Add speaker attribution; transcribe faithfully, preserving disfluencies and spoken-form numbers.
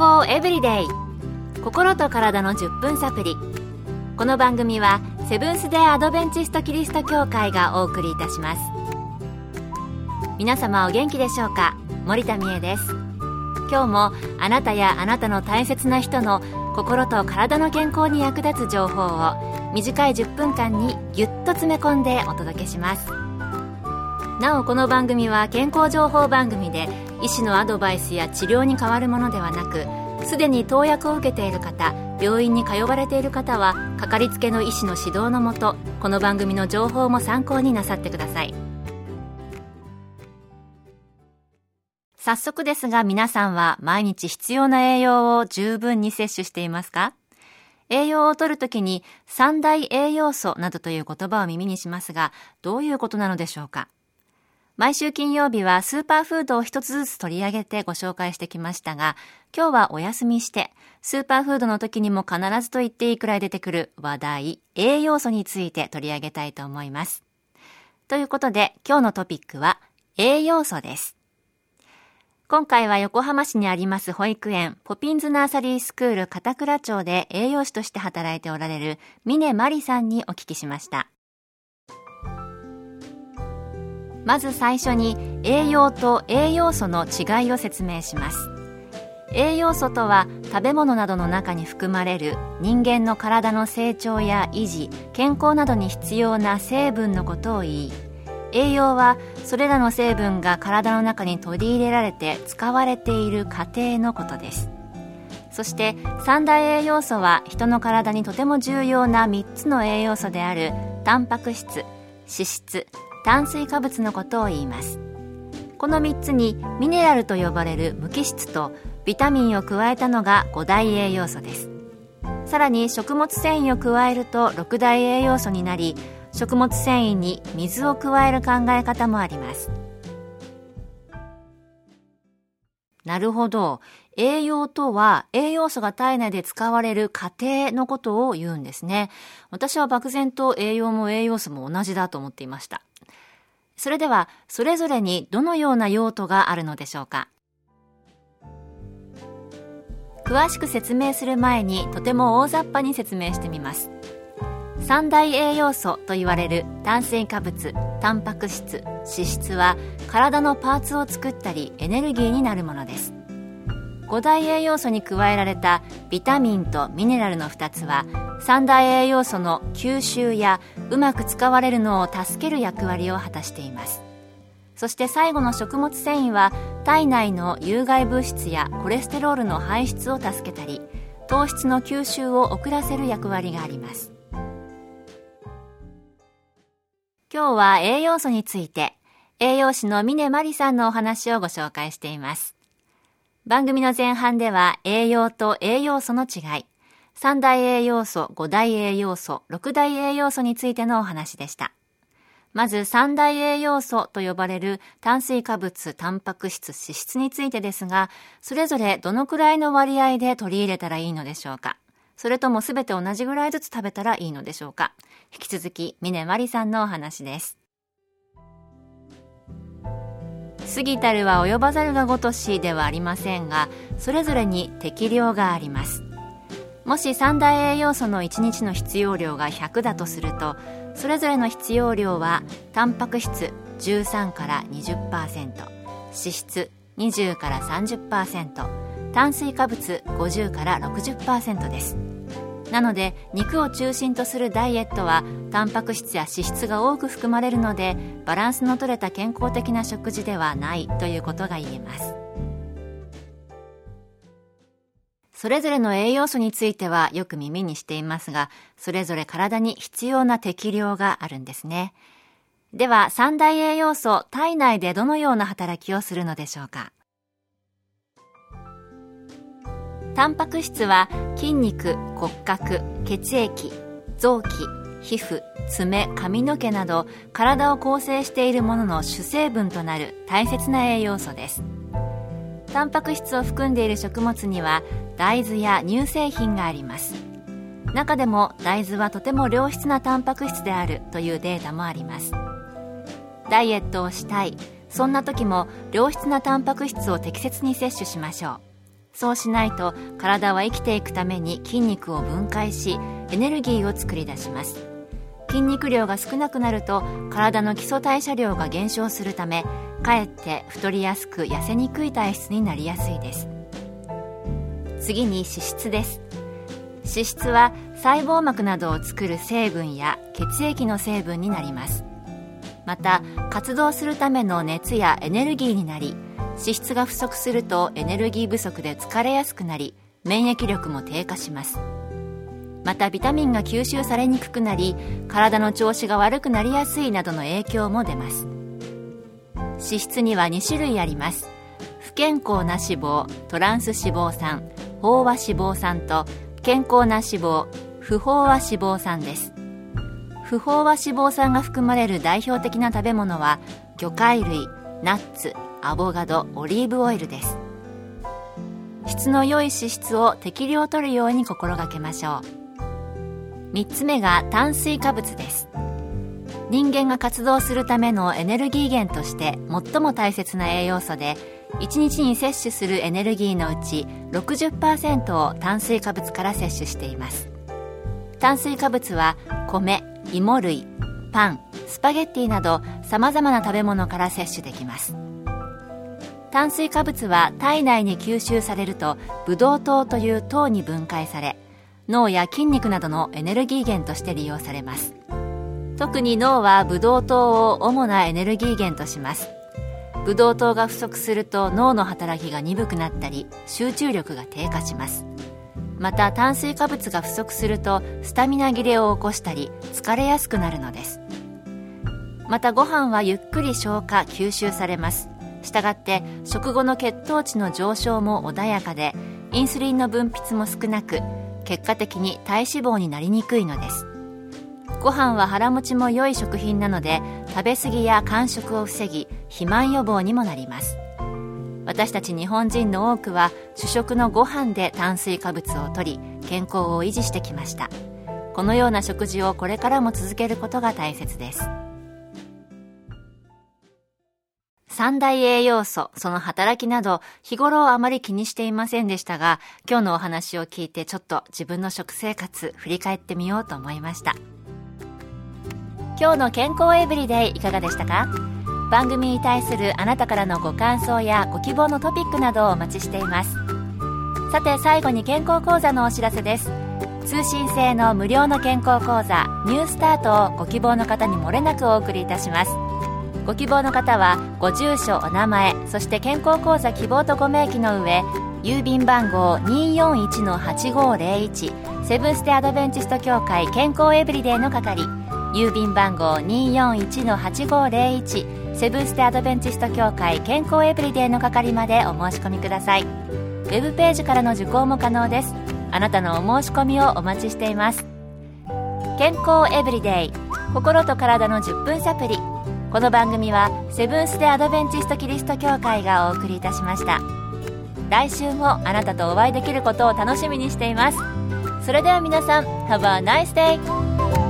Speaker 1: 康エブリデイ、心と体のじゅっぷんサプリ。この番組はセブンス・デー・アドベンチスト・キリスト教会がお送りいたします。皆様お元気でしょうか。森田美恵です。今日もあなたやあなたの大切な人の心と体の健康に役立つ情報を短いじゅっぷんかんにぎゅっと詰め込んでお届けします。なおこの番組は健康情報番組で医師のアドバイスや治療に代わるものではなく、すでに投薬を受けている方、病院に通われている方はかかりつけの医師の指導のもと、この番組の情報も参考になさってください。早速ですが、皆さんは毎日必要な栄養を十分に摂取していますか？栄養を摂るときに三大栄養素などという言葉を耳にしますが、どういうことなのでしょうか？毎週金曜日はスーパーフードを一つずつ取り上げてご紹介してきましたが、今日はお休みして、スーパーフードの時にも必ずと言っていいくらい出てくる話題、栄養素について取り上げたいと思います。ということで、今日のトピックは栄養素です。今回は横浜市にあります保育園、ポピンズナーサリースクール片倉町で栄養士として働いておられる峰真理さんにお聞きしました。まず最初に栄養と栄養素の違いを説明します。栄養素とは食べ物などの中に含まれる人間の体の成長や維持、健康などに必要な成分のことを言い、栄養はそれらの成分が体の中に取り入れられて使われている過程のことです。そして三大栄養素は人の体にとても重要なみっつの栄養素であるタンパク質、脂質、炭水化物のことを言います。このみっつにミネラルと呼ばれる無機質とビタミンを加えたのがご大栄養素です。さらに食物繊維を加えるとろく大栄養素になり、食物繊維に水を加える考え方もあります。なるほど。栄養とは栄養素が体内で使われる過程のことを言うんですね。私は漠然と栄養も栄養素も同じだと思っていました。それではそれぞれにどのような用途があるのでしょうか。詳しく説明する前にとても大雑把に説明してみます。三大栄養素と言われる炭水化物、タンパク質、脂質は体のパーツを作ったりエネルギーになるものです。五大栄養素に加えられたビタミンとミネラルのふたつは三大栄養素の吸収やうまく使われるのを助ける役割を果たしています。そして最後の食物繊維は体内の有害物質やコレステロールの排出を助けたり、糖質の吸収を遅らせる役割があります。今日は栄養素について栄養士の峰真理さんのお話をご紹介しています。番組の前半では栄養と栄養素の違い、三大栄養素、五大栄養素、六大栄養素についてのお話でした。まず三大栄養素と呼ばれる炭水化物、タンパク質、脂質についてですが、それぞれどのくらいの割合で取り入れたらいいのでしょうか。それともすべて同じぐらいずつ食べたらいいのでしょうか。引き続き峰真理さんのお話です。過ぎたるは及ばざるがごとしではありませんが、それぞれに適量があります。もし三大栄養素のいちにちの必要量がひゃくだとすると、それぞれの必要量はタンパク質じゅうさんから にじゅっパーセント、脂質にじゅうからさんじゅっパーセント、炭水化物ごじゅうからろくじゅっパーセントです。なので肉を中心とするダイエットはタンパク質や脂質が多く含まれるので、バランスの取れた健康的な食事ではないということが言えます。それぞれの栄養素についてはよく耳にしていますが、それぞれ体に必要な適量があるんですね。では三大栄養素、体内でどのような働きをするのでしょうか。タンパク質は筋肉、骨格、血液、臓器、皮膚、爪、髪の毛など体を構成しているものの主成分となる大切な栄養素です。タンパク質を含んでいる食物には大豆や乳製品があります。中でも大豆はとても良質なタンパク質であるというデータもあります。ダイエットをしたい、そんな時も良質なタンパク質を適切に摂取しましょう。 そうしないと体は生きていくために筋肉を分解しエネルギーを作り出します。筋肉量が少なくなると体の基礎代謝量が減少するため、かえって太りやすく痩せにくい体質になりやすいです。次に脂質です。脂質は細胞膜などを作る成分や血液の成分になります。また活動するための熱やエネルギーになり、脂質が不足するとエネルギー不足で疲れやすくなり、免疫力も低下します。またビタミンが吸収されにくくなり、体の調子が悪くなりやすいなどの影響も出ます。脂質にはに種類あります。不健康な脂肪、トランス脂肪酸、飽和脂肪酸と健康な脂肪、不飽和脂肪酸です。不飽和脂肪酸が含まれる代表的な食べ物は魚介類、ナッツ、アボカド、オリーブオイルです。質の良い脂質を適量摂るように心がけましょう。みっつめが炭水化物です。人間が活動するためのエネルギー源として最も大切な栄養素で、いちにちに摂取するエネルギーのうち ろくじゅっパーセント を炭水化物から摂取しています。炭水化物は米、芋類、パン、スパゲッティなど様々な食べ物から摂取できます。炭水化物は体内に吸収されるとブドウ糖という糖に分解され、脳や筋肉などのエネルギー源として利用されます。特に脳はブドウ糖を主なエネルギー源とします。ブドウ糖が不足すると脳の働きが鈍くなったり、集中力が低下します。また炭水化物が不足するとスタミナ切れを起こしたり疲れやすくなるのです。またご飯はゆっくり消化吸収されます。したがって食後の血糖値の上昇も穏やかで、インスリンの分泌も少なく、結果的に体脂肪になりにくいのです。ご飯は腹持ちも良い食品なので、食べ過ぎや間食を防ぎ、肥満予防にもなります。私たち日本人の多くは主食のご飯で炭水化物を摂り、健康を維持してきました。このような食事をこれからも続けることが大切です。三大栄養素、その働きなど日頃あまり気にしていませんでしたが、今日のお話を聞いてちょっと自分の食生活振り返ってみようと思いました。今日の健康エブリデイいかがでしたか？番組に対するあなたからのご感想やご希望のトピックなどをお待ちしています。さて最後に健康講座のお知らせです。通信制の無料の健康講座ニュースタートをご希望の方に漏れなくお送りいたします。ご希望の方はご住所、お名前、そして健康講座希望とご明記の上、郵便番号 にーよんいちのはちごーぜろいち セブンステアドベンチスト協会健康エブリデイの係、郵便番号 にーよんいちのはちごーぜろいち セブンステアドベンチスト協会健康エブリデイの係までお申し込みください。ウェブページからの受講も可能です。あなたのお申し込みをお待ちしています。健康エブリデイ、心と体のじゅっぷんサプリ。この番組はセブンス・デ・アドベンチスト・キリスト教会がお送りいたしました。来週もあなたとお会いできることを楽しみにしています。それでは皆さん、Have a nice day!